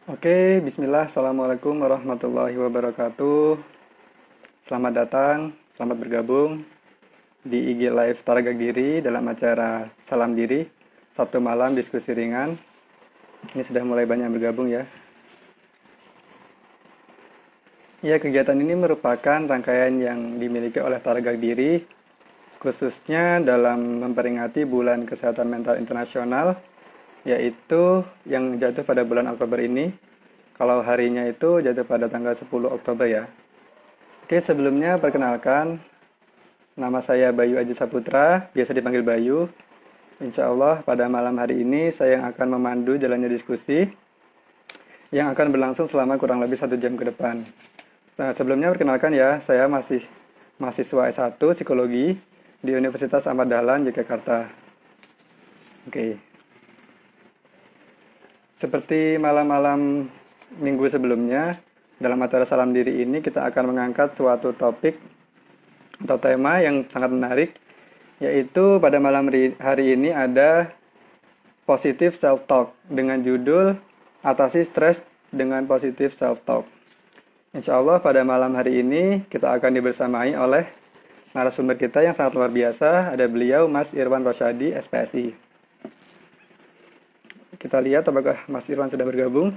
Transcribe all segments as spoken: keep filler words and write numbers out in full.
Oke, bismillah. Assalamualaikum warahmatullahi wabarakatuh. Selamat datang, selamat bergabung di I G Live Taragak Diri dalam acara Salam Diri, Sabtu malam diskusi ringan. Ini sudah mulai banyak yang bergabung ya. Ya, kegiatan ini merupakan rangkaian yang dimiliki oleh Taragak Diri, khususnya dalam memperingati Bulan Kesehatan Mental Internasional, yaitu yang jatuh pada bulan Oktober ini. Kalau harinya itu jatuh pada tanggal sepuluh Oktober ya. Oke, sebelumnya perkenalkan, nama saya Bayu Aji Saputra, biasa dipanggil Bayu. Insya Allah pada malam hari ini saya yang akan memandu jalannya diskusi yang akan berlangsung selama kurang lebih satu jam ke depan. Nah, sebelumnya perkenalkan ya, saya masih mahasiswa S satu Psikologi di Universitas Ahmad Dahlan, Yogyakarta. Oke. Seperti malam-malam minggu sebelumnya, dalam acara Salam Diri ini kita akan mengangkat suatu topik atau tema yang sangat menarik, yaitu pada malam hari ini ada positive self-talk dengan judul Atasi Stres dengan Positive Self-Talk. Insya Allah pada malam hari ini kita akan dibersamai oleh narasumber kita yang sangat luar biasa, ada beliau Mas Irwan Rosyadi, S P S I. Kita lihat apakah Mas Irwan sudah bergabung.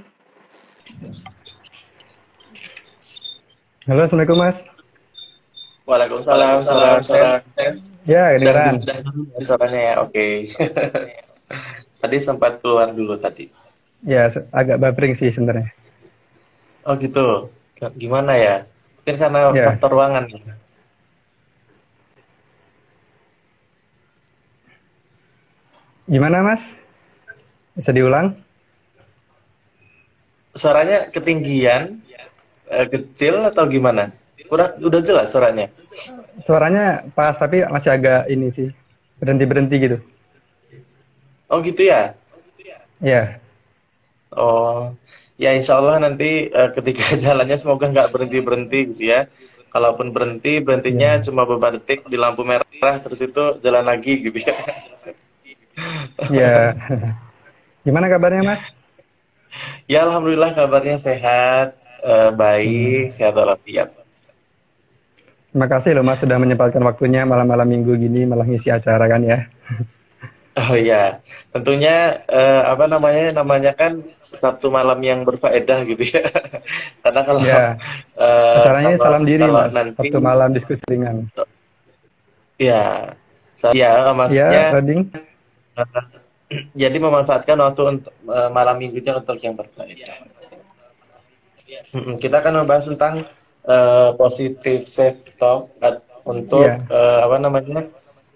Halo, Assalamualaikum Mas. Waalaikumsalam, salam, salam. Ya, kedengaran. Sudah sudah suaranya ya, oke. Tadi sempat keluar dulu tadi. Ya, agak buffering sih sebenarnya. Oh gitu. Gimana ya? Mungkin karena Ya. faktor ruangan. Gimana Mas? Bisa diulang? Suaranya ketinggian, eh, kecil atau gimana? Kurang, udah jelas suaranya? Suaranya pas, tapi masih agak ini sih, berhenti-berhenti gitu. Oh gitu ya? Ya, Oh, ya insya Allah nanti eh, ketika jalannya semoga nggak berhenti-berhenti gitu ya. Kalaupun berhenti, berhentinya ya, cuma beberapa detik di lampu merah, terus itu jalan lagi gitu ya. ya. Gimana kabarnya Mas? Ya alhamdulillah kabarnya sehat, eh, Hmm. baik, sehat walafiat. Terima kasih loh Mas sudah menyempatkan waktunya malam-malam minggu gini malah ngisi acara kan ya. Oh iya, tentunya eh, apa namanya namanya kan Sabtu malam yang berfaedah gitu ya. Karena kalau Ya, eh, acaranya ini kalau salam diri kalau Mas, nanti Sabtu malam diskusi ringan. ya saya maksudnya Ya, loading. eh, jadi memanfaatkan waktu untuk eh, malam minggunya untuk yang berfaedah. Mm-mm, kita akan membahas tentang eh, positive self talk untuk Ya, eh, apa namanya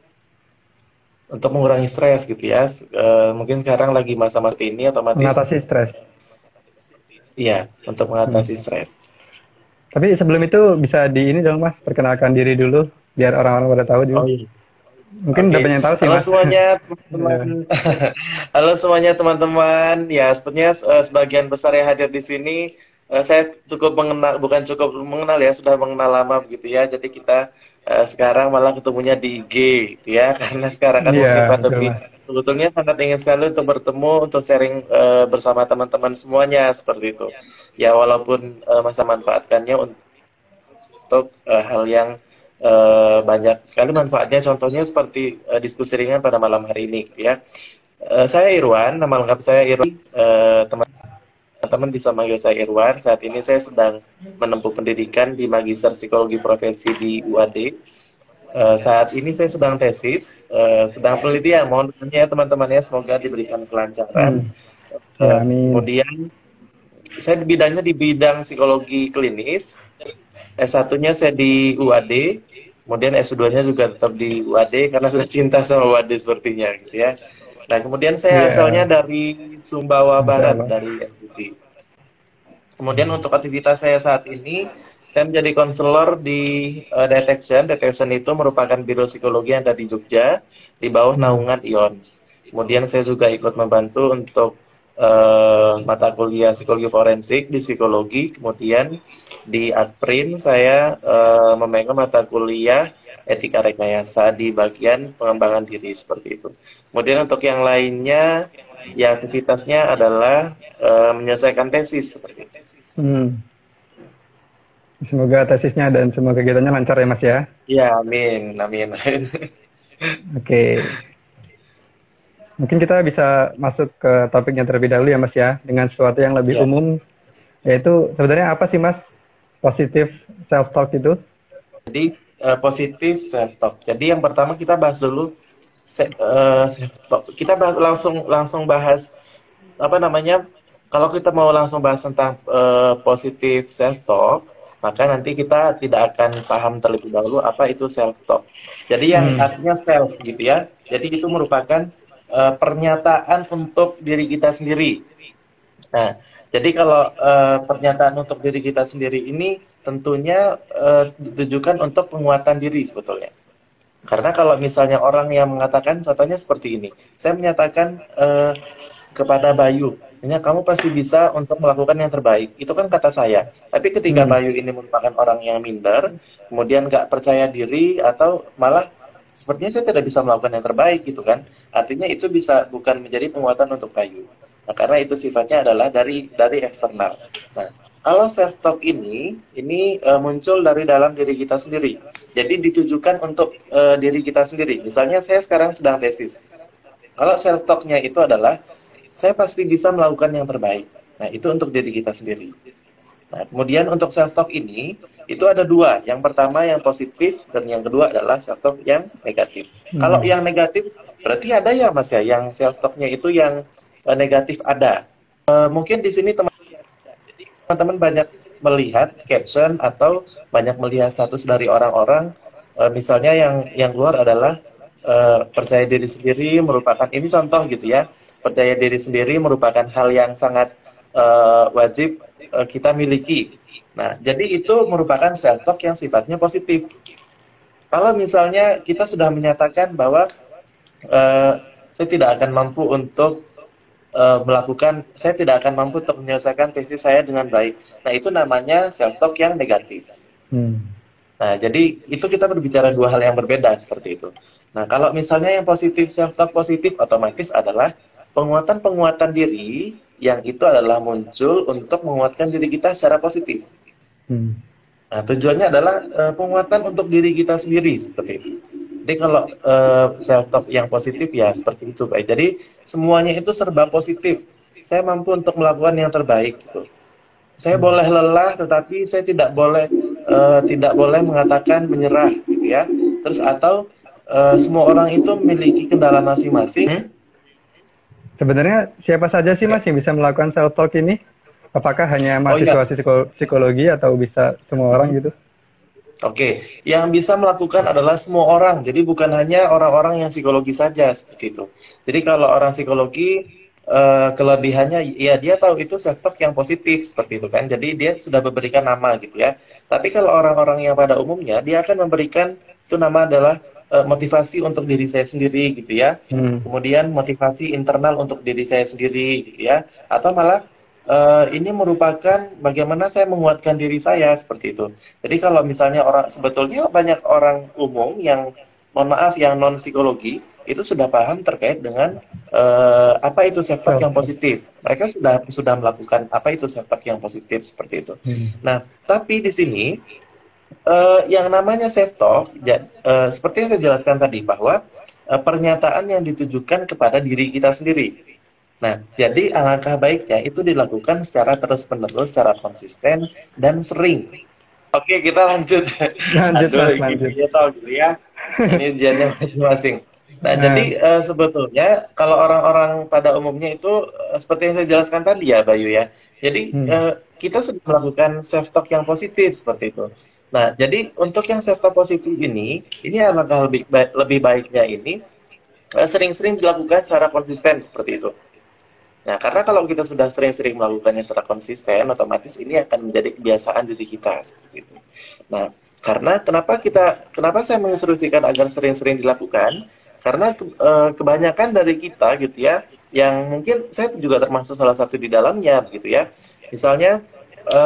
untuk mengurangi stres gitu ya. Eh, mungkin sekarang lagi masa-masa ini otomatis mengatasi stres. iya untuk mengatasi Hmm. stres. Tapi sebelum itu bisa di ini dong Mas, perkenalkan diri dulu biar orang-orang pada tahu juga. Oh iya. Mungkin udah Oke. banyak yang tahu sih Halo Mas. semuanya Ya, teman-teman. Halo semuanya teman-teman. Ya, sebetulnya eh, sebagian besar yang hadir di sini eh, saya cukup mengenal, bukan cukup mengenal ya, sudah mengenal lama begitu ya. Jadi kita eh, sekarang malah ketemunya di I G gitu ya, karena sekarang kan iya musim betul pandemi. Mas. Sebetulnya sangat ingin sekali untuk bertemu, untuk sharing eh, bersama teman-teman semuanya seperti itu. Ya, walaupun eh, masa manfaatkannya untuk uh, hal yang uh, banyak sekali manfaatnya. Contohnya seperti uh, diskusi ringan pada malam hari ini, gitu ya. Uh, saya Irwan, nama lengkap saya Irwan. Uh, teman-teman bisa manggil saya Irwan. Saat ini saya sedang menempuh pendidikan di Magister Psikologi Profesi di U A D. Uh, saat ini saya sedang tesis, uh, sedang penelitian. Mohon doanya ya teman-temannya, semoga diberikan kelancaran. Hmm. Ya, Uh, amin. kemudian saya bidangnya di bidang psikologi klinis. S satunya saya di U A D, kemudian S dua-nya juga tetap di U A D karena sudah cinta sama U A D sepertinya gitu ya. Nah, kemudian saya asalnya Iya, dari Sumbawa Masya Barat, Allah. dari N T T. Kemudian untuk aktivitas saya saat ini, saya menjadi konselor di uh, Detection. Detection itu merupakan biro psikologi yang ada di Jogja, di bawah Hmm. naungan I O N S. Kemudian saya juga ikut membantu untuk uh, mata kuliah psikologi forensik di psikologi. Kemudian di Adprin saya uh, memegang mata kuliah etika rekayasa di bagian pengembangan diri seperti itu. Kemudian untuk yang lainnya ya aktivitasnya adalah uh, menyelesaikan tesis seperti itu. Hmm. Semoga tesisnya dan semua kegiatannya lancar ya Mas ya. Ya, amin, amin. Oke. Mungkin kita bisa masuk ke topiknya terlebih dahulu ya Mas ya, dengan sesuatu yang lebih Ya. umum, yaitu sebenarnya apa sih Mas positif self-talk itu? Jadi uh, positif self-talk. Jadi yang pertama kita bahas dulu se- uh, self-talk. Kita bahas, langsung langsung bahas apa namanya? Kalau kita mau langsung bahas tentang uh, positif self-talk, maka nanti kita tidak akan paham terlebih dahulu apa itu self-talk. Jadi yang Hmm. artinya self gitu ya. Jadi itu merupakan uh, pernyataan untuk diri kita sendiri. Nah, jadi kalau uh, pernyataan untuk diri kita sendiri ini tentunya uh, ditujukan untuk penguatan diri sebetulnya. Karena kalau misalnya orang yang mengatakan, contohnya seperti ini, saya menyatakan uh, kepada Bayu, hanya kamu pasti bisa untuk melakukan yang terbaik. Itu kan kata saya. Tapi ketika Hmm. Bayu ini merupakan orang yang minder, kemudian nggak percaya diri atau malah sepertinya saya tidak bisa melakukan yang terbaik gitu kan. Artinya itu bisa bukan menjadi penguatan untuk Bayu. Nah, karena itu sifatnya adalah dari dari eksternal. Nah, kalau self talk ini ini uh, muncul dari dalam diri kita sendiri. Jadi ditujukan untuk uh, diri kita sendiri. Misalnya saya sekarang sedang tesis. Kalau self talk-nya itu adalah saya pasti bisa melakukan yang terbaik. Nah, itu untuk diri kita sendiri. Nah, kemudian untuk self talk ini itu ada dua. Yang pertama yang positif dan yang kedua adalah self talk yang negatif. Hmm. Kalau yang negatif berarti ada ya Mas ya, yang self talk-nya itu yang uh, negatif ada. Uh, mungkin di sini teman-teman banyak melihat caption atau banyak melihat status dari orang-orang, uh, misalnya yang yang keluar adalah uh, percaya diri sendiri merupakan ini contoh gitu ya. Percaya diri sendiri merupakan hal yang sangat uh, wajib uh, kita miliki. Nah, jadi itu merupakan self talk yang sifatnya positif. Kalau misalnya kita sudah menyatakan bahwa uh, saya tidak akan mampu untuk uh, melakukan, saya tidak akan mampu untuk menyelesaikan tesis saya dengan baik. Nah, itu namanya self talk yang negatif. Hmm. Nah, jadi itu kita berbicara dua hal yang berbeda seperti itu. Nah, kalau misalnya yang positif, self talk positif otomatis adalah penguatan-penguatan diri yang itu adalah muncul untuk menguatkan diri kita secara positif. Hmm. Nah, tujuannya adalah uh, penguatan untuk diri kita sendiri seperti itu. Jadi kalau uh, self talk yang positif ya seperti itu, baik. Jadi semuanya itu serba positif. Saya mampu untuk melakukan yang terbaik gitu. Saya boleh lelah, tetapi saya tidak boleh uh, tidak boleh mengatakan menyerah, gitu ya. Terus atau uh, semua orang itu memiliki kendala masing-masing. Hmm? Sebenarnya siapa saja sih Mas yang bisa melakukan self talk ini? Apakah hanya mahasiswa oh, psikologi atau bisa semua orang gitu? Oke, yang bisa melakukan adalah semua orang. Jadi bukan hanya orang-orang yang psikologi saja seperti itu. Jadi kalau orang psikologi uh, kelebihannya ya dia tahu itu self talk yang positif seperti itu kan. Jadi dia sudah memberikan nama gitu ya. Tapi kalau orang-orang yang pada umumnya dia akan memberikan itu nama adalah uh, motivasi untuk diri saya sendiri gitu ya. Hmm. Kemudian motivasi internal untuk diri saya sendiri gitu ya. Atau malah Uh, ini merupakan bagaimana saya menguatkan diri saya seperti itu. Jadi kalau misalnya orang sebetulnya banyak orang umum yang mohon maaf yang non psikologi itu sudah paham terkait dengan uh, apa itu self talk yang positif. Mereka sudah sudah melakukan apa itu self talk yang positif seperti itu. Hmm. Nah, tapi di sini uh, yang namanya self talk ya, uh, seperti yang saya jelaskan tadi bahwa uh, pernyataan yang ditujukan kepada diri kita sendiri. Nah, jadi alangkah baiknya itu dilakukan secara terus-menerus, secara konsisten, dan sering. Oke, kita lanjut. Lanjut, Aduh, Mas, lanjut. Gitu, tahu gitu ya. Ini ujiannya masing-masing. Nah, nah, jadi uh, sebetulnya kalau orang-orang pada umumnya itu uh, seperti yang saya jelaskan tadi ya, Bayu ya. Jadi hmm. uh, kita sudah melakukan self-talk yang positif seperti itu. Nah, jadi untuk yang self-talk positif ini, ini alangkah lebih, baik, lebih baiknya ini uh, sering-sering dilakukan secara konsisten seperti itu. Nah, karena kalau kita sudah sering-sering melakukannya secara konsisten, otomatis ini akan menjadi kebiasaan diri kita seperti itu. Nah, karena kenapa kita, kenapa saya menginstruksikan agar sering-sering dilakukan? Karena ke, e, kebanyakan dari kita gitu ya, yang mungkin saya juga termasuk salah satu di dalamnya, gitu ya. Misalnya, e,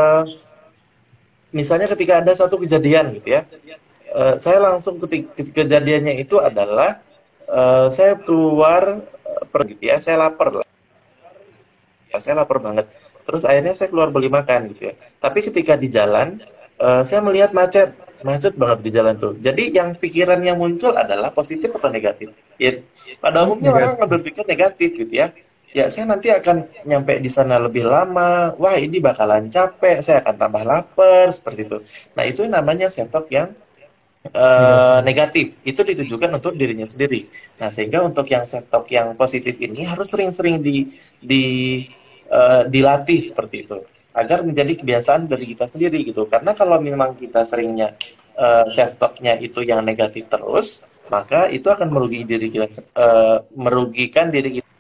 misalnya ketika ada satu kejadian gitu ya, e, saya langsung ketika kejadiannya itu adalah e, saya keluar per gitu ya, saya lapar lah. Ya, saya lapar banget. Terus akhirnya saya keluar beli makan gitu ya. Tapi ketika di jalan, eh, saya melihat macet, macet banget di jalan tuh. Jadi yang pikiran yang muncul adalah positif atau negatif. Ya, pada umumnya orang Negatif. nggak berpikir negatif gitu ya. Ya, saya nanti akan nyampe di sana lebih lama. Wah, ini bakalan capek. Saya akan tambah lapar seperti itu. Nah, itu namanya self-talk yang eh, Negatif. negatif. Itu ditujukan untuk dirinya sendiri. Nah, sehingga untuk yang self-talk yang positif ini harus sering-sering di di eh, dilatih seperti itu agar menjadi kebiasaan dari kita sendiri gitu. Karena kalau memang kita seringnya eh, self-talk-nya itu yang negatif terus, maka itu akan merugi diri kita, eh, merugikan diri kita.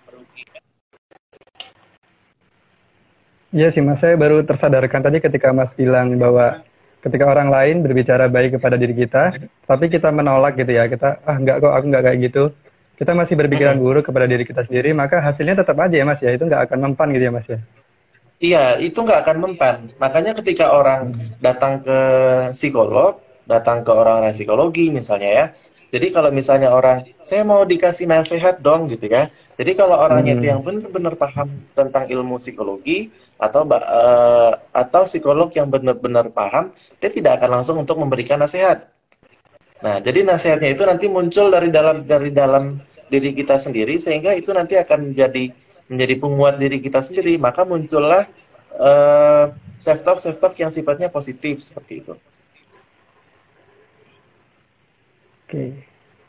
Iya sih Mas, saya baru tersadarkan tadi ketika Mas bilang bahwa ketika orang lain berbicara baik kepada diri kita, tapi kita menolak gitu ya, kita, ah enggak kok, aku enggak kayak gitu. Kita masih berpikiran Mm-mm. buruk kepada diri kita sendiri, maka hasilnya tetap aja ya Mas ya, itu nggak akan mempan gitu ya Mas ya. Iya, itu nggak akan mempan. Makanya ketika orang Hmm. datang ke psikolog, datang ke orang-orang psikologi misalnya ya. Jadi kalau misalnya orang, saya mau dikasih nasihat dong gitu ya. Jadi kalau orangnya itu Hmm. yang benar-benar paham tentang ilmu psikologi atau ba- eh, atau psikolog yang benar-benar paham, dia tidak akan langsung untuk memberikan nasihat. Nah, jadi nasihatnya itu nanti muncul dari dalam dari dalam diri kita sendiri sehingga itu nanti akan menjadi menjadi penguat diri kita sendiri, maka muncullah eh self talk self talk yang sifatnya positif seperti itu. Oke.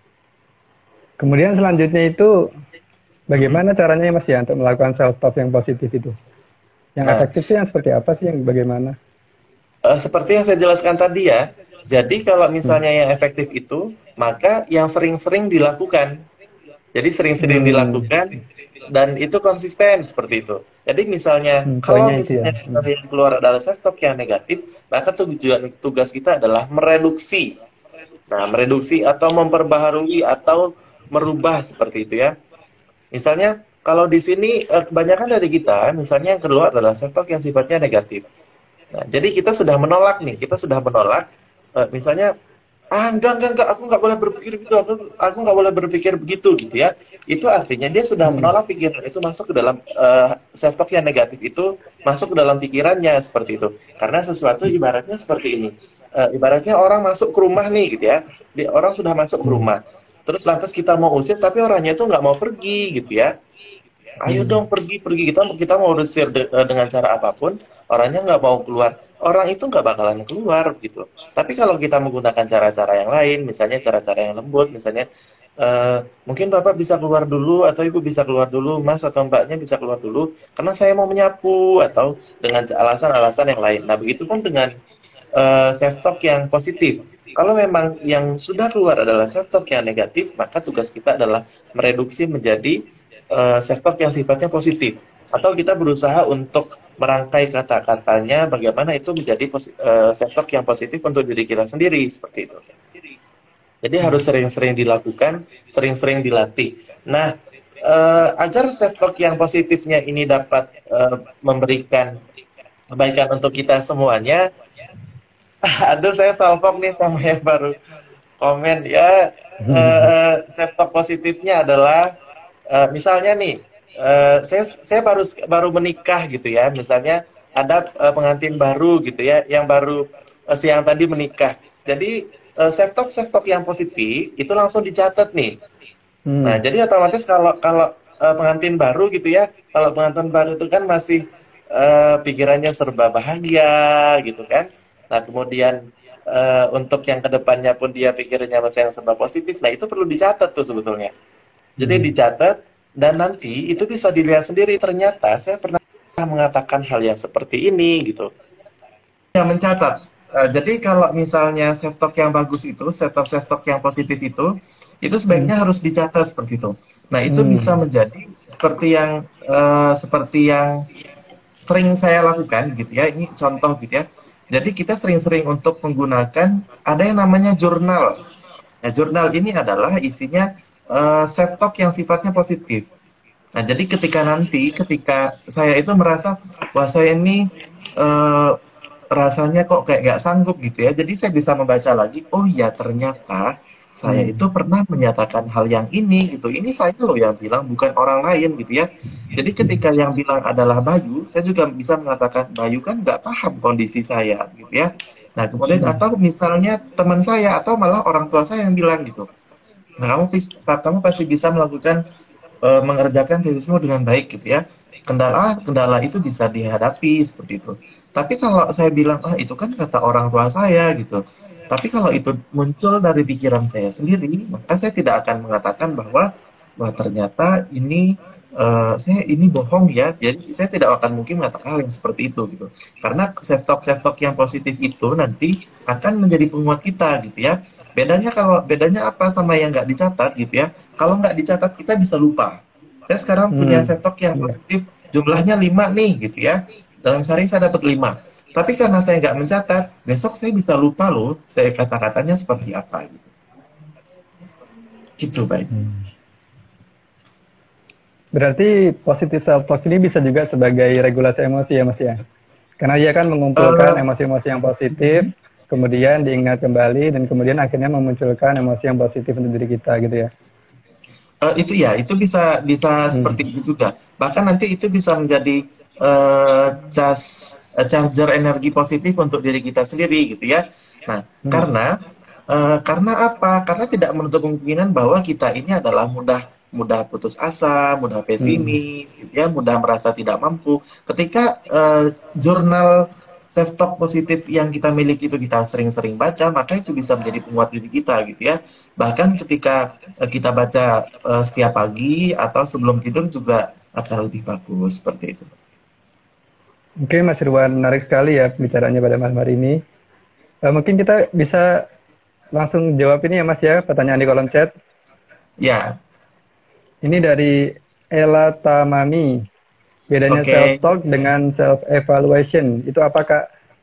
Kemudian selanjutnya itu Mm-mm. bagaimana caranya ya Mas ya untuk melakukan self talk yang positif itu? Yang Nah, efektif itu yang seperti apa sih, yang bagaimana? eh, seperti yang saya jelaskan tadi ya, jadi kalau Hmm. misalnya yang efektif itu, maka yang sering-sering dilakukan. Jadi sering-sering Hmm. dilakukan dan itu konsisten seperti itu. Jadi misalnya Hmm, kalau poinnya itu ya. misalnya Hmm. yang keluar adalah self talk yang negatif, maka tujuan tugas kita adalah mereduksi. Nah, mereduksi atau memperbaharui atau merubah seperti itu ya. Misalnya kalau di sini eh, kebanyakan dari kita, misalnya yang kedua adalah self talk yang sifatnya negatif. Nah, jadi kita sudah menolak nih, kita sudah menolak eh, misalnya ah enggak enggak enggak aku nggak boleh berpikir begitu, aku aku nggak boleh berpikir begitu gitu ya. Itu artinya dia sudah Hmm. menolak pikiran itu masuk ke dalam uh, self talk yang negatif itu masuk ke dalam pikirannya seperti itu. Karena sesuatu ibaratnya seperti ini. Eh, ibaratnya orang masuk ke rumah nih gitu ya. Di, orang sudah masuk ke Hmm. rumah. Terus lantas kita mau usir tapi orangnya itu nggak mau pergi gitu ya. Ayo Hmm. dong pergi pergi kita kita mau usir de- eh, dengan cara apapun, orangnya nggak mau keluar, orang itu nggak bakalan keluar gitu. Tapi kalau kita menggunakan cara-cara yang lain, misalnya cara-cara yang lembut, misalnya eh, mungkin bapak bisa keluar dulu atau ibu bisa keluar dulu, mas atau mbaknya bisa keluar dulu, karena saya mau menyapu atau dengan alasan-alasan yang lain. Nah begitupun dengan uh, self talk yang positif. Kalau memang yang sudah keluar adalah self talk yang negatif, maka tugas kita adalah mereduksi menjadi uh, self talk yang sifatnya positif. Atau kita berusaha untuk merangkai kata-katanya bagaimana itu menjadi uh, self talk yang positif untuk diri kita sendiri seperti itu. Jadi harus sering-sering dilakukan, sering-sering dilatih. Nah, uh, agar self talk yang positifnya ini dapat uh, memberikan kebaikan untuk kita semuanya, aduh saya salfok nih sama yang baru komen ya. Eh, self talk positifnya adalah eh, misalnya nih eh, saya saya baru baru menikah gitu ya, misalnya ada eh, pengantin baru gitu ya yang baru eh, siang tadi menikah. Jadi eh, self talk self talk yang positif itu langsung dicatat nih. Nah, Hmm. jadi otomatis kalau kalau eh, pengantin baru gitu ya, kalau pengantin baru itu kan masih eh, pikirannya serba bahagia gitu kan. Nah, kemudian eh, untuk yang kedepannya pun dia pikirnya masih yang serba positif. Nah, itu perlu dicatat tuh sebetulnya. Jadi Hmm. dicatat dan nanti itu bisa dilihat sendiri. Ternyata saya pernah mengatakan hal yang seperti ini gitu. Yang mencatat. Eh, jadi kalau misalnya self talk yang bagus itu, self talk self talk yang positif itu, itu Hmm. sebaiknya harus dicatat seperti itu. Nah itu bisa Hmm. menjadi seperti yang eh, seperti yang sering saya lakukan gitu ya. Ini contoh gitu ya. Jadi kita sering-sering untuk menggunakan ada yang namanya jurnal. Nah jurnal ini adalah isinya eh, self talk yang sifatnya positif. Nah, jadi ketika nanti, ketika saya itu merasa, wah saya ini eh, rasanya kok kayak gak sanggup gitu ya. Jadi saya bisa membaca lagi, oh ya ternyata saya Hmm. itu pernah menyatakan hal yang ini gitu. Ini saya loh yang bilang, bukan orang lain gitu ya. Jadi ketika yang bilang adalah Bayu, saya juga bisa mengatakan Bayu kan nggak paham kondisi saya gitu ya. Nah kemudian Hmm. atau misalnya teman saya atau malah orang tua saya yang bilang gitu. Nah kamu pis- kamu pasti bisa melakukan eh, mengerjakan tesismu dengan baik gitu ya. Kendala kendala itu bisa dihadapi seperti itu. Tapi kalau saya bilang, ah itu kan kata orang tua saya gitu. Tapi kalau itu muncul dari pikiran saya sendiri, maka saya tidak akan mengatakan bahwa wah ternyata ini eh, saya ini bohong ya. Jadi saya tidak akan mungkin mengatakan hal yang seperti itu gitu. Karena self talk self talk yang positif itu nanti akan menjadi penguat kita gitu ya. Bedanya kalau bedanya apa sama yang nggak dicatat gitu ya. Kalau nggak dicatat kita bisa lupa. Saya sekarang punya Hmm. stok yang Iya. positif jumlahnya lima nih gitu ya. Dalam sehari saya dapat lima. Tapi karena saya nggak mencatat, besok saya bisa lupa loh saya kata-katanya seperti apa gitu. Gitu baik. Hmm. Berarti positive self talk ini bisa juga sebagai regulasi emosi ya Mas ya. Karena dia kan mengumpulkan Eh, emosi-emosi yang positif, kemudian diingat kembali dan kemudian akhirnya memunculkan emosi yang positif untuk diri kita gitu ya. eh, itu ya, itu bisa bisa Hmm. seperti itu juga. Bahkan nanti itu bisa menjadi eh, cas eh, charger energi positif untuk diri kita sendiri gitu ya. Nah, Hmm. karena eh, karena apa? Karena tidak menutup kemungkinan bahwa kita ini adalah mudah mudah putus asa, mudah Hmm. pesimis, gitu ya, mudah merasa tidak mampu. Ketika eh, jurnal self talk positif yang kita miliki itu kita sering-sering baca, maka itu bisa menjadi penguat diri kita gitu ya. Bahkan ketika eh, kita baca eh, setiap pagi atau sebelum tidur juga akan lebih bagus seperti itu. Oke Mas Irwan, menarik sekali ya bicaranya pada malam hari ini. Eh, mungkin kita bisa langsung jawab ini ya Mas ya, pertanyaan di kolom chat. Ya, Ini dari Ella Tamami. Bedanya self oke. talk dengan self evaluation itu apa Kak?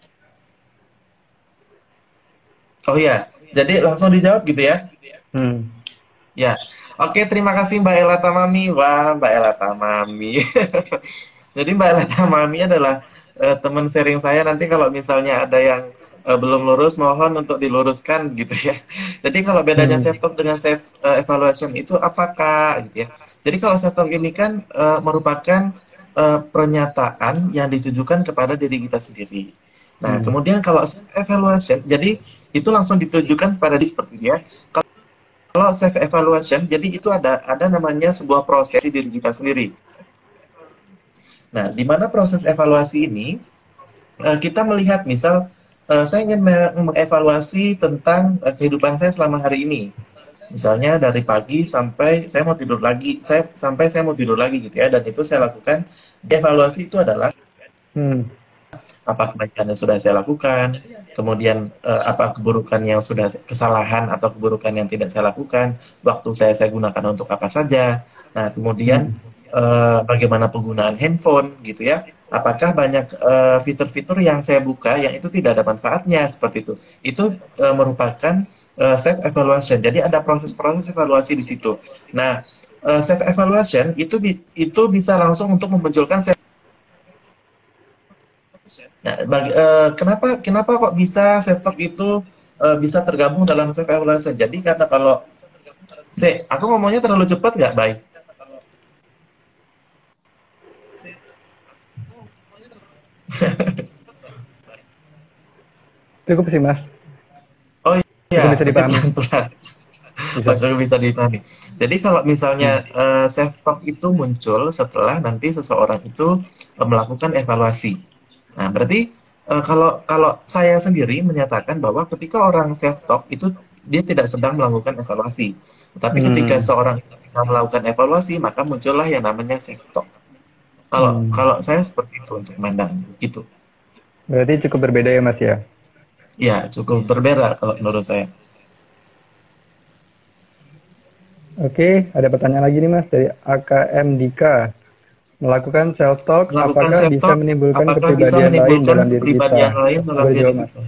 Oh ya, jadi langsung dijawab gitu ya. Hmm. Ya, oke, terima kasih Mbak Ella Tamami. Wah, Mbak Ella Tamami. Jadi Mbak Ella Tamami adalah eh, teman sharing saya. Nanti kalau misalnya ada yang eh, belum lurus, mohon untuk diluruskan gitu ya. Jadi kalau bedanya Hmm. self talk dengan self eh, evaluation itu apakah gitu ya? Jadi kalau self talk ini kan eh, merupakan eh, pernyataan yang ditujukan kepada diri kita sendiri. Nah, Hmm. kemudian kalau self evaluation, jadi itu langsung ditujukan pada diri seperti dia. Kalau self evaluation, jadi itu ada ada namanya sebuah proses di diri kita sendiri. Nah, di mana proses evaluasi ini eh, kita melihat misal eh, saya ingin mengevaluasi tentang eh, kehidupan saya selama hari ini. Misalnya dari pagi sampai saya mau tidur lagi, saya sampai saya mau tidur lagi gitu ya, dan itu saya lakukan. Evaluasi itu adalah Hmm. apa kebaikan yang sudah saya lakukan, kemudian eh, apa keburukan yang sudah kesalahan atau keburukan yang tidak saya lakukan, waktu saya saya gunakan untuk apa saja. Nah, kemudian Hmm. eh, bagaimana penggunaan handphone gitu ya. Apakah banyak eh, fitur-fitur yang saya buka yang itu tidak ada manfaatnya seperti itu. Itu eh, merupakan eh, self evaluation. Jadi ada proses-proses evaluasi di situ. Nah, eh, self evaluation itu bi- itu bisa langsung untuk memunculkan. Nah, bagi, eh, kenapa kenapa kok bisa self talk itu eh, bisa tergabung dalam self evaluation? Jadi karena kalau saya aku ngomongnya terlalu cepat nggak baik. Cukup sih Mas, Oh cukup iya, bisa berarti dipahami. pelan-pelan. Oh, Bisa. jadi bisa dipahami. Jadi kalau misalnya Hmm. eh, self talk itu muncul setelah nanti seseorang itu eh, melakukan evaluasi. Nah, berarti eh, kalau kalau saya sendiri menyatakan bahwa ketika orang self talk itu dia tidak sedang melakukan evaluasi. Tetapi ketika Hmm. seorang itu sedang melakukan evaluasi, maka muncullah yang namanya self talk. Kalau Hmm. kalau saya seperti itu untuk memandang gitu. Berarti cukup berbeda ya Mas ya. Ya, cukup berbeda kalau menurut saya. Oke, ada pertanyaan lagi nih Mas dari A K M Dika. Melakukan self talk Melakukan apakah self bisa talk menimbulkan apakah bisa kepribadian lain menimbulkan dalam diri kepribadian kita? lain dalam Boleh diri jawab Mas. kita?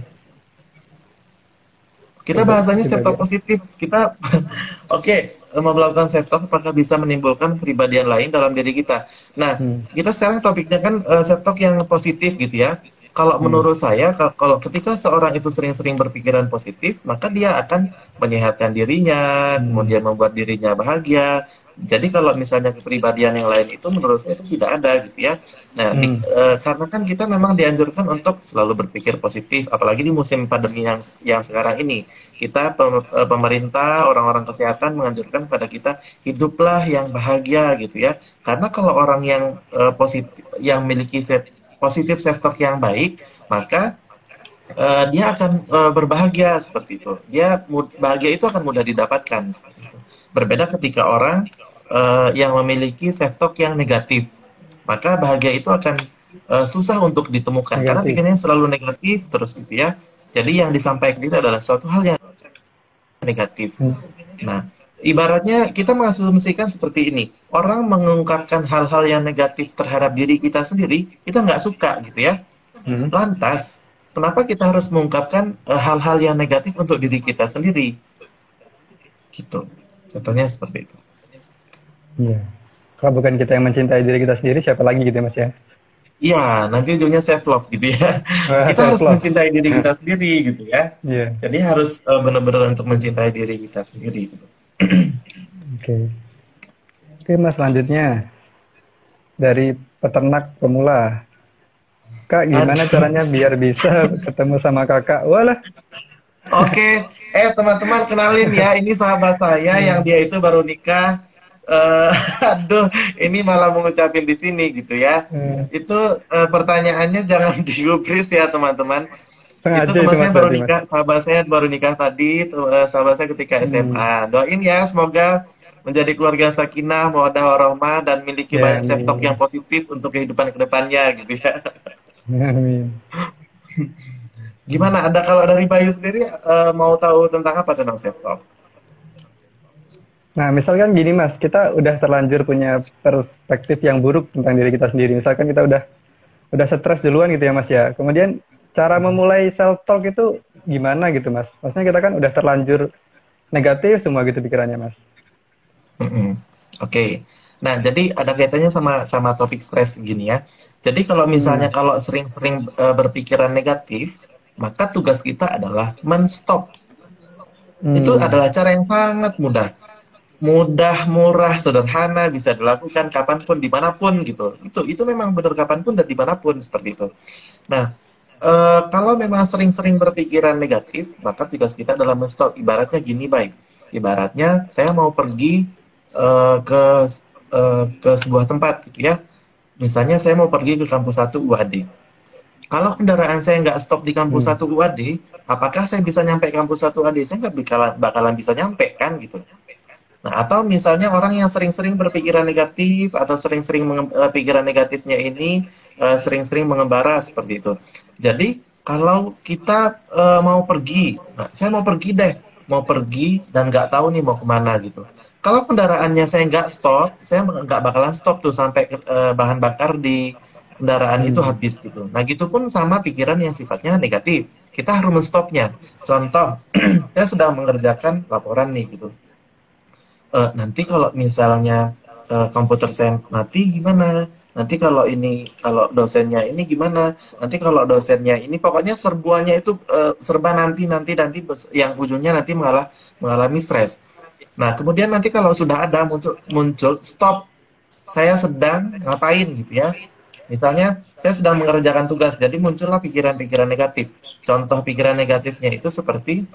Kita Keba- bahasanya self talk kepribadian. positif. Kita oke, okay, mau melakukan self talk apakah bisa menimbulkan kepribadian lain dalam diri kita? Nah, Hmm. kita sekarang topiknya kan uh, self talk yang positif gitu ya. kalau Hmm. menurut saya, ka- kalau ketika seorang itu sering-sering berpikiran positif, maka dia akan menyehatkan dirinya, Hmm. kemudian membuat dirinya bahagia. Jadi kalau misalnya kepribadian yang lain itu menurut saya itu tidak ada gitu ya. Nah, di, Hmm. eh, karena kan kita memang dianjurkan untuk selalu berpikir positif, apalagi di musim pandemi yang yang sekarang ini. Kita pem- eh, pemerintah, orang-orang kesehatan menganjurkan pada kita hiduplah yang bahagia gitu ya. Karena kalau orang yang eh, positif, yang memiliki se- positif self-talk yang baik, maka eh, dia akan eh, berbahagia seperti itu. Dia mud- bahagia itu akan mudah didapatkan seperti itu. Berbeda ketika orang eh, yang memiliki self-talk yang negatif, maka bahagia itu akan eh, susah untuk ditemukan karena Negatif. pikirannya selalu negatif terus gitu ya. Jadi yang disampaikan itu adalah suatu hal yang negatif. Hmm. Nah, ibaratnya kita mengasumsikan seperti ini. Orang mengungkapkan hal-hal yang negatif terhadap diri kita sendiri, kita nggak suka gitu ya. Hmm. Lantas, kenapa kita harus mengungkapkan eh, hal-hal yang negatif untuk diri kita sendiri? Gitu. Contohnya seperti itu. Iya. Kalau bukan kita yang mencintai diri kita sendiri, siapa lagi gitu ya Mas ya? Iya, nanti ujungnya self love gitu ya. Wah, Kita self harus love. mencintai diri kita sendiri gitu ya. Iya. Jadi harus eh, benar-benar untuk mencintai diri kita sendiri gitu. Oke. Oke Mas, selanjutnya dari peternak pemula. Kak, gimana Aduh. caranya biar bisa ketemu sama kakak? Walah. Oke, eh teman-teman kenalin ya, ini sahabat saya yang Hmm. dia itu baru nikah. Eh, aduh, ini malah mengucapin di sini gitu ya. Hmm. Itu eh, pertanyaannya jangan digubris ya teman-teman. Itu Sengaja teman itu saya Mas baru berarti Mas. nikah, sahabat saya baru nikah tadi, tuh, eh, sahabat saya ketika Hmm. S M A. Doain ya, semoga menjadi keluarga sakinah, mawaddah warahmah dan miliki Ya, banyak self-talk yang amin. positif untuk kehidupan kedepannya gitu ya. Amin. Gimana? Ada kalau dari Bayu sendiri eh, mau tahu tentang apa tentang self-talk? Nah, misalkan gini Mas, kita udah terlanjur punya perspektif yang buruk tentang diri kita sendiri. Misalkan kita udah udah stres duluan gitu ya Mas ya. Kemudian cara memulai self talk itu gimana gitu Mas? Maksudnya kita kan udah terlanjur negatif semua gitu pikirannya Mas. Mm-mm. Oke. Nah, jadi ada kaitannya sama sama topik stres gini ya. Jadi kalau misalnya Hmm. kalau sering-sering eh, berpikiran negatif, maka tugas kita adalah men-stop. Itu Hmm. adalah cara yang sangat mudah. Mudah, murah, sederhana, bisa dilakukan kapanpun, dimanapun gitu. Itu itu memang benar kapanpun dan dimanapun seperti itu. Nah, eh, kalau memang sering-sering berpikiran negatif, maka tugas kita adalah men-stop. Ibaratnya gini, baik. Ibaratnya saya mau pergi eh, ke eh, ke sebuah tempat gitu ya. Misalnya saya mau pergi ke kampus satu U A D. Kalau kendaraan saya nggak stop di kampus Hmm. satu U A D, apakah saya bisa nyampe kampus satu U A D? Saya nggak bakalan, bakalan bisa nyampe kan gitu. Nah, atau misalnya orang yang sering-sering berpikiran negatif atau sering-sering menge- eh, pikiran negatifnya ini eh, sering-sering mengembara seperti itu. Jadi, kalau kita eh, mau pergi, nah, saya mau pergi deh, mau pergi dan nggak tahu nih mau kemana gitu. Kalau kendaraannya saya nggak stop, saya nggak bakalan stop tuh sampai eh, bahan bakar di kendaraan itu Hmm. habis gitu. Nah, gitu pun sama pikiran yang sifatnya negatif. Kita harus menstopnya. Contoh, saya sedang mengerjakan laporan nih gitu. Eh, nanti kalau misalnya eh, komputer saya mati gimana? Nanti kalau ini kalau dosennya ini gimana? Nanti kalau dosennya ini pokoknya serbuannya itu eh, serba nanti nanti nanti bes- yang ujungnya nanti malah mengalami stres. Nah, kemudian nanti kalau sudah ada muncul muncul stop, saya sedang ngapain gitu ya. Misalnya saya sedang mengerjakan tugas, jadi muncullah pikiran-pikiran negatif. Contoh pikiran negatifnya itu seperti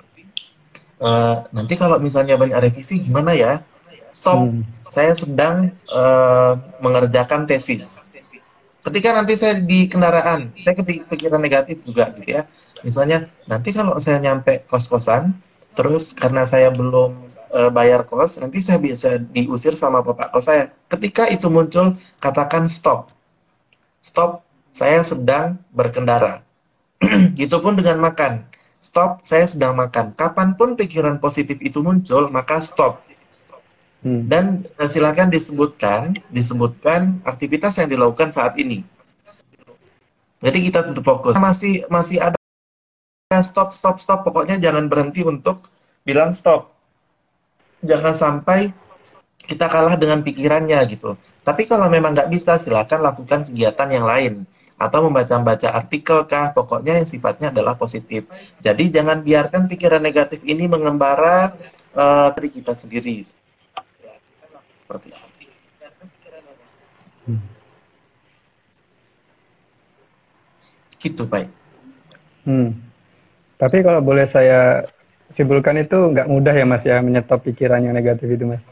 eh, nanti kalau misalnya banyak revisi gimana ya? Stop, Hmm. saya sedang eh, mengerjakan tesis. Ketika nanti saya di kendaraan, saya kepikiran negatif juga gitu ya. Misalnya, nanti kalau saya nyampe kos-kosan, terus karena saya belum eh, bayar kos, nanti saya bisa diusir sama bapak kos saya. Ketika itu muncul, katakan stop. Stop, saya sedang berkendara. Gitupun dengan makan. Stop, saya sedang makan. Kapanpun pikiran positif itu muncul, maka stop. Hmm. Dan eh, silakan disebutkan, disebutkan aktivitas yang dilakukan saat ini. Jadi kita tetap fokus. Masih masih ada stop, stop, stop. Pokoknya jangan berhenti untuk bilang stop. Jangan sampai kita kalah dengan pikirannya gitu. Tapi kalau memang nggak bisa, silakan lakukan kegiatan yang lain. atau membaca-baca artikel kah, pokoknya yang sifatnya adalah positif. Jadi jangan biarkan pikiran negatif ini mengembara uh, diri kita sendiri. Seperti itu. Hmm. Gitu, baik. Hmm. Tapi kalau boleh saya simpulkan itu nggak mudah ya Mas ya menyetop pikiran yang negatif itu Mas.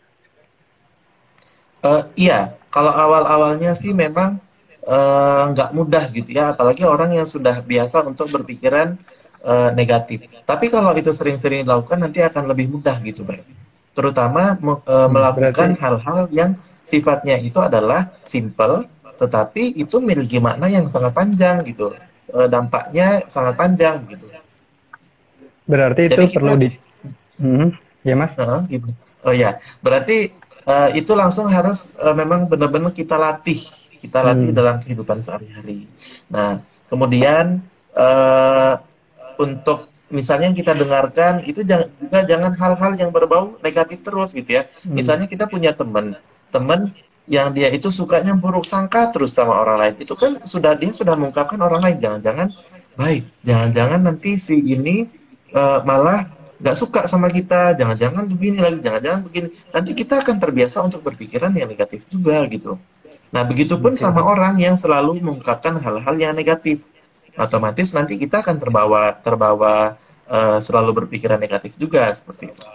Uh, iya, kalau awal-awalnya sih memang uh, nggak mudah gitu ya, apalagi orang yang sudah biasa untuk berpikiran uh, negatif. Tapi kalau itu sering-sering dilakukan nanti akan lebih mudah gitu, baik. Terutama me- uh, Hmm. melakukan Berarti hal-hal yang sifatnya itu adalah simple, tetapi itu memiliki makna yang sangat panjang gitu. Uh, dampaknya sangat panjang gitu. berarti itu Jadi perlu kita di Hmm. Ya Mas. Heeh, gitu. Oh ya, berarti eh, itu langsung harus eh, memang benar-benar kita latih, kita latih Hmm. dalam kehidupan sehari-hari. Nah, kemudian eh, untuk misalnya yang kita dengarkan itu jangan, juga jangan hal-hal yang berbau negatif terus gitu ya. Hmm. Misalnya kita punya teman, teman yang dia itu sukanya buruk sangka terus sama orang lain. Itu kan sudah dia sudah mengungkapkan orang lain, jangan-jangan baik, jangan-jangan nanti si ini eh, malah nggak suka sama kita, jangan-jangan begini lagi, jangan-jangan begini. Nanti kita akan terbiasa untuk berpikiran yang negatif juga gitu. Nah, begitupun Oke. sama orang yang selalu mengungkapkan hal-hal yang negatif. Otomatis nanti kita akan terbawa terbawa eh, selalu berpikiran negatif juga seperti itu.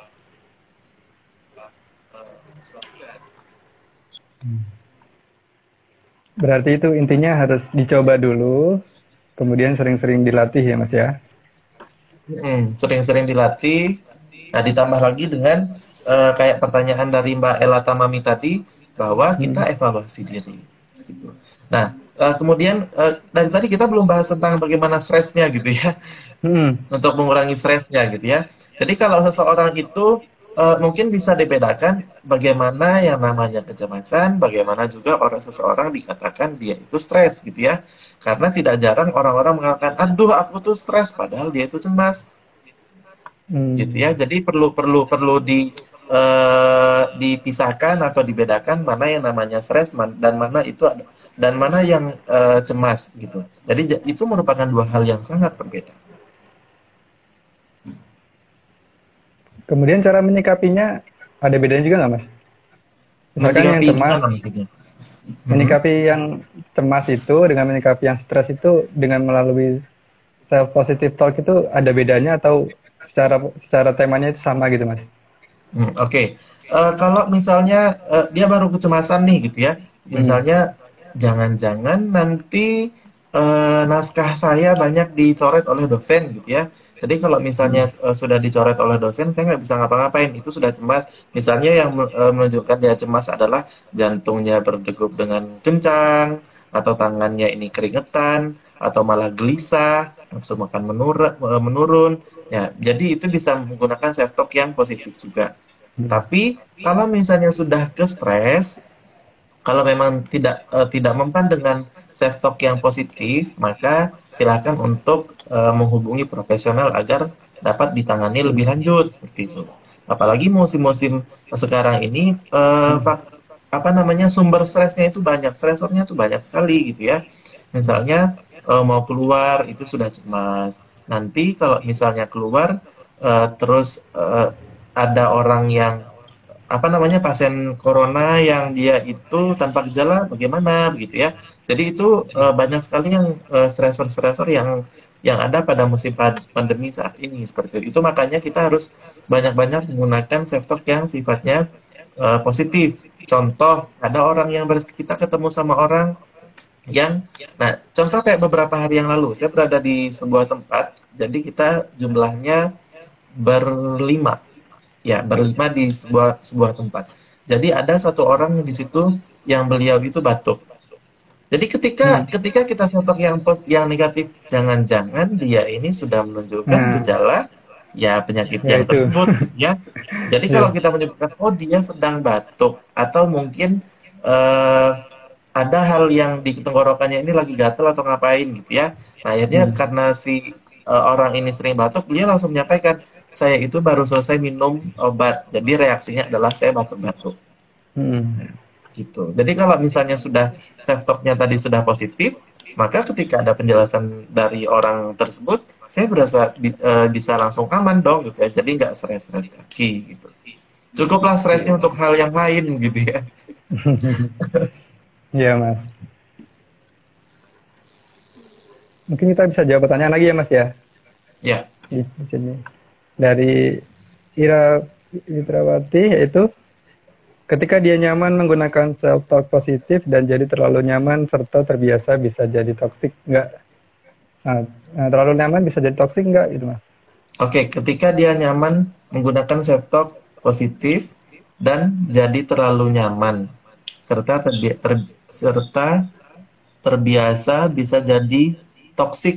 Berarti itu intinya harus dicoba dulu, kemudian sering-sering dilatih ya Mas ya. Hmm, sering-sering dilatih. Nah, ditambah lagi dengan eh, kayak pertanyaan dari Mbak Ella Tamami tadi bahwa Hmm. kita evaluasi diri. Gitu. Nah, eh, kemudian eh, dari tadi kita belum bahas tentang bagaimana stresnya gitu ya. Hmm. Untuk mengurangi stresnya gitu ya. Jadi kalau seseorang itu eh, mungkin bisa dibedakan bagaimana yang namanya kecemasan, bagaimana juga orang seseorang dikatakan dia itu stres gitu ya. Karena tidak jarang orang-orang mengatakan, aduh aku tuh stres, padahal dia itu cemas gitu ya. Hmm. Jadi perlu perlu perlu di eh, dipisahkan atau dibedakan mana yang namanya stres man- dan mana itu ada dan mana yang eh, cemas gitu. Jadi ja- itu merupakan dua hal yang sangat berbeda. Kemudian cara menyikapinya ada bedanya juga nggak Mas? Misalkan yang Menyikapi cemas, gimana maksudnya? Mhm. menyikapi yang cemas itu dengan menyikapi yang stres itu dengan melalui self positive talk itu ada bedanya atau secara secara temanya itu sama gitu Mas? Hmm, oke. Eh, kalau misalnya eh, dia baru kecemasan nih gitu ya, Hmm. misalnya jangan-jangan nanti eh, naskah saya banyak dicoret oleh dosen gitu ya. Jadi kalau misalnya Hmm. eh, sudah dicoret oleh dosen, saya nggak bisa ngapa-ngapain. Itu sudah cemas. Misalnya yang eh, menunjukkan dia cemas adalah jantungnya berdegup dengan kencang, atau tangannya ini keringetan, atau malah gelisah, nafsu makan menurun, menurun. Ya, jadi itu bisa menggunakan self talk yang positif juga. Hmm. Tapi kalau misalnya sudah ke stres, kalau memang tidak eh, tidak mempan dengan self talk yang positif, maka silakan untuk eh, menghubungi profesional agar dapat ditangani lebih Hmm. lanjut seperti itu. Apalagi musim-musim sekarang ini eh, Hmm. fak- apa namanya sumber stresnya itu banyak, stresornya itu banyak sekali gitu ya. Misalnya eh, mau keluar itu sudah cemas. Nanti kalau misalnya keluar eh, terus eh, ada orang yang apa namanya pasien corona yang dia itu tanpa gejala bagaimana begitu ya. Jadi itu eh, banyak sekali yang eh, stresor-stresor yang yang ada pada musim pad- pandemi saat ini seperti itu. Itu makanya kita harus banyak-banyak menggunakan self talk yang sifatnya eh, positif. Contoh, ada orang yang ber- kita ketemu sama orang yang nah, contoh kayak beberapa hari yang lalu saya berada di sebuah tempat, jadi kita jumlahnya berlima. Ya, berlima di sebuah sebuah tempat. Jadi ada satu orang di situ yang beliau itu batuk. Jadi ketika Hmm. ketika kita setok yang pos, yang negatif, jangan-jangan dia ini sudah menunjukkan Nah, gejala ya penyakit ya yang itu. tersebut gitu ya. Jadi kalau Ya. kita menyebutkan oh dia sedang batuk atau mungkin eh, ada hal yang di tenggorokannya ini lagi gatel atau ngapain gitu ya. Nah, akhirnya Hmm. karena si eh, orang ini sering batuk, dia langsung menyampaikan, saya itu baru selesai minum obat. Jadi reaksinya adalah saya batuk-batuk. Hmm. Gitu. Jadi kalau misalnya sudah self talk-nya tadi sudah positif, maka ketika ada penjelasan dari orang tersebut, saya berasa bi- eh, bisa langsung aman dong gitu ya. Jadi nggak stres-stres lagi gitu. Cukuplah stresnya untuk hal yang lain gitu ya. Iya Mas. Mungkin kita bisa jawab pertanyaan lagi ya Mas ya Ya, di di sini. Dari Ira Fitrawati, yaitu ketika dia nyaman menggunakan self talk positif dan jadi terlalu nyaman serta terbiasa bisa jadi toksik nggak? Nah, nah, terlalu nyaman bisa jadi toksik nggak gitu Mas? oke. Ketika dia nyaman menggunakan self-talk positif dan jadi terlalu nyaman, serta terbi- ter- serta terbiasa bisa jadi toksik.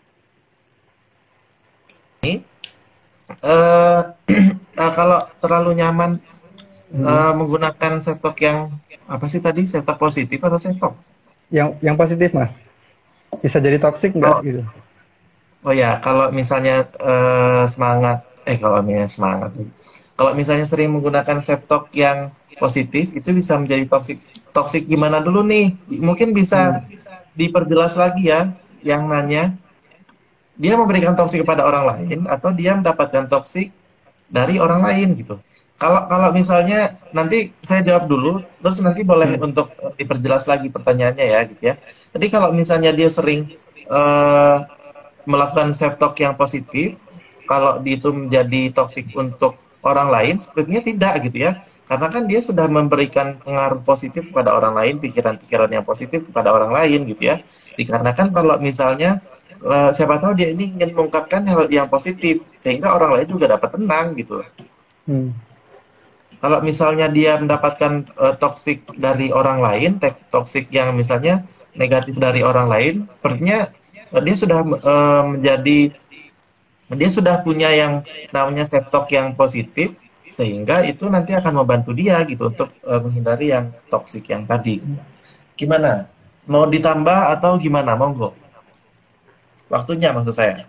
Eh, eh, kalau terlalu nyaman Hmm. eh, menggunakan self-talk yang apa sih tadi? Self-talk positif atau self-talk? Yang yang positif Mas, bisa jadi toksik nggak Oh, gitu? oh ya, kalau misalnya eh, semangat, eh kalau misalnya semangat, kalau misalnya sering menggunakan self-talk yang positif, itu bisa menjadi toksik. Toksik gimana dulu nih? Mungkin bisa Hmm. diperjelas lagi ya, yang nanya, dia memberikan toksik kepada orang lain atau dia mendapatkan toksik dari orang lain gitu. Kalau kalau misalnya nanti saya jawab dulu, terus nanti boleh Hmm. untuk eh, diperjelas lagi pertanyaannya ya gitu ya. Jadi kalau misalnya dia sering eh, melakukan self talk yang positif, kalau itu menjadi toksik untuk orang lain, sebenarnya tidak gitu ya. Karena kan dia sudah memberikan pengaruh positif kepada orang lain, pikiran-pikiran yang positif kepada orang lain gitu ya. Dikarenakan kalau misalnya eh, siapa tahu dia ini ingin mengungkapkan hal yang positif sehingga orang lain juga dapat tenang gitu. Hmm. Kalau misalnya dia mendapatkan eh, toksik dari orang lain, te- toksik yang misalnya negatif dari orang lain, sepertinya eh, dia sudah eh, menjadi dia sudah punya yang namanya self talk yang positif sehingga itu nanti akan membantu dia gitu untuk eh, menghindari yang toksik yang tadi. Gimana? Mau ditambah atau gimana? Monggo. Waktunya maksud saya.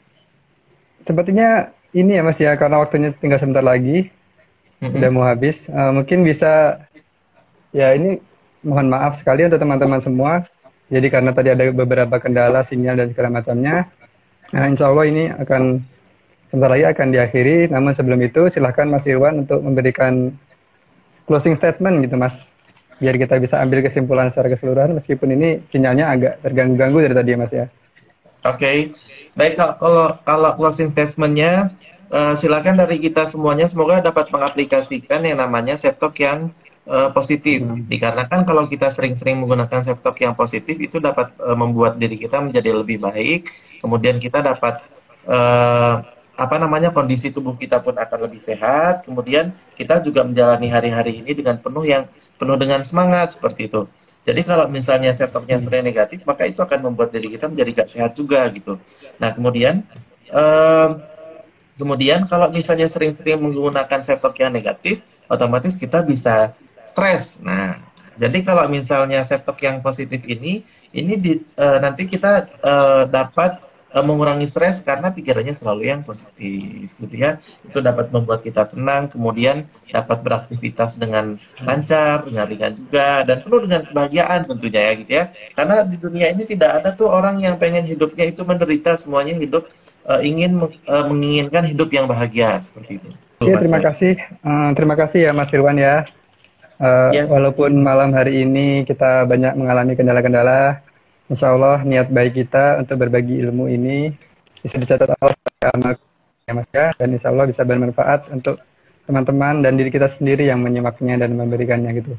Sepertinya ini ya Mas ya, karena waktunya tinggal sebentar lagi, udah Mm-mm. mau habis. Eh, mungkin bisa, ya ini mohon maaf sekali untuk teman-teman semua. Jadi karena tadi ada beberapa kendala sinyal dan segala macamnya. Nah, insya Allah ini akan sebentar lagi akan diakhiri. Namun sebelum itu silahkan Mas Irwan untuk memberikan closing statement gitu Mas. Biar kita bisa ambil kesimpulan secara keseluruhan meskipun ini sinyalnya agak terganggu-ganggu dari tadi ya Mas ya. Oke, okay. Baik kalau kalau, kalau closing statement-nya eh, silakan dari kita semuanya semoga dapat mengaplikasikan yang namanya self-talk yang eh, positif. Hmm. Dikarenakan kalau kita sering-sering menggunakan self-talk yang positif itu dapat eh, membuat diri kita menjadi lebih baik. Kemudian kita dapat eh, apa namanya kondisi tubuh kita pun akan lebih sehat. Kemudian kita juga menjalani hari-hari ini dengan penuh yang penuh dengan semangat seperti itu. Jadi kalau misalnya self-talk-nya Hmm. sering negatif, maka itu akan membuat diri kita menjadi gak sehat juga gitu. Nah kemudian, eh, kemudian kalau misalnya sering-sering menggunakan self-talk yang negatif, otomatis kita bisa stres. Nah, jadi kalau misalnya self-talk yang positif ini, ini di, eh, nanti kita eh, dapat eh, mengurangi stres karena pikirannya selalu yang positif, gitu ya. Itu dapat membuat kita tenang, kemudian dapat beraktivitas dengan lancar, dengan ringan juga, dan penuh dengan kebahagiaan tentunya ya, gitu ya. Karena di dunia ini tidak ada tuh orang yang pengen hidupnya itu menderita, semuanya hidup eh, ingin eh, menginginkan hidup yang bahagia seperti itu. Tuh, Oke, Mas terima Bayu. kasih. Eh, terima kasih ya Mas Irwan ya. Eh, Yes. walaupun malam hari ini kita banyak mengalami kendala-kendala, insya Allah niat baik kita untuk berbagi ilmu ini bisa dicatat Allah sebagai amal ya Mas ya, dan insya Allah bisa bermanfaat untuk teman-teman dan diri kita sendiri yang menyimaknya dan memberikannya gitu.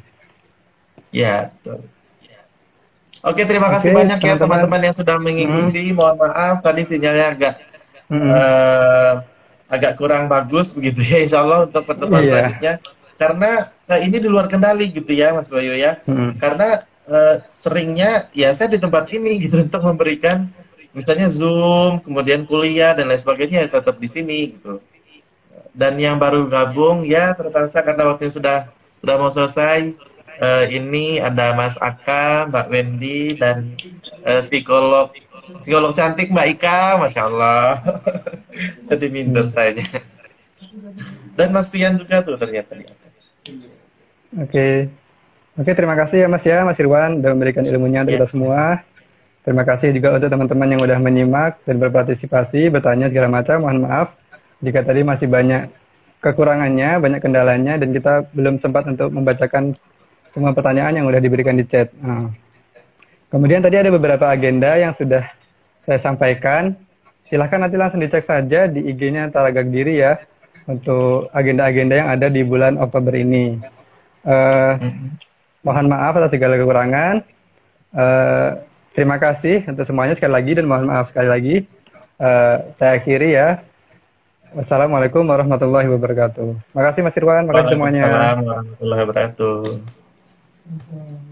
Ya, betul. Oke, terima kasih Oke, banyak ya teman-teman. teman-teman yang sudah Hmm, mengikuti. Mohon maaf tadi sinyalnya agak hmm, eh, agak kurang bagus begitu ya. Insya Allah untuk pertemuan iya, selanjutnya. Karena eh, ini di luar kendali gitu ya, Mas Bayu ya. hmm, Karena eh, seringnya ya saya di tempat ini gitu untuk memberikan misalnya Zoom, kemudian kuliah dan lain sebagainya ya tetap di sini gitu. Dan yang baru gabung ya terpaksa karena waktunya sudah sudah mau selesai. Eh, ini ada Mas Aka, Mbak Wendy dan eh, psikolog psikolog cantik Mbak Ika, Masya Allah. Jadi minder hmm. saya. Dan Mas Pian juga tuh ternyata di atas. Oke, oke terima kasih ya Mas ya, Mas Irwan sudah memberikan ilmunya untuk kita Yes. semua. Terima kasih juga untuk teman-teman yang sudah menyimak dan berpartisipasi, bertanya segala macam. Mohon maaf jika tadi masih banyak kekurangannya, banyak kendalanya, dan kita belum sempat untuk membacakan semua pertanyaan yang sudah diberikan di chat. Nah, kemudian tadi ada beberapa agenda yang sudah saya sampaikan. Silahkan nanti langsung dicek saja di I G-nya Taragagdiri ya, untuk agenda-agenda yang ada di bulan Oktober ini. Uh, mohon maaf atas segala kekurangan. Uh, terima kasih untuk semuanya sekali lagi, dan mohon maaf sekali lagi. Uh, saya akhiri ya. Wassalamualaikum warahmatullahi wabarakatuh. Makasih Mas Irwan, makasih semuanya. Waalaikumsalam warahmatullahi wabarakatuh.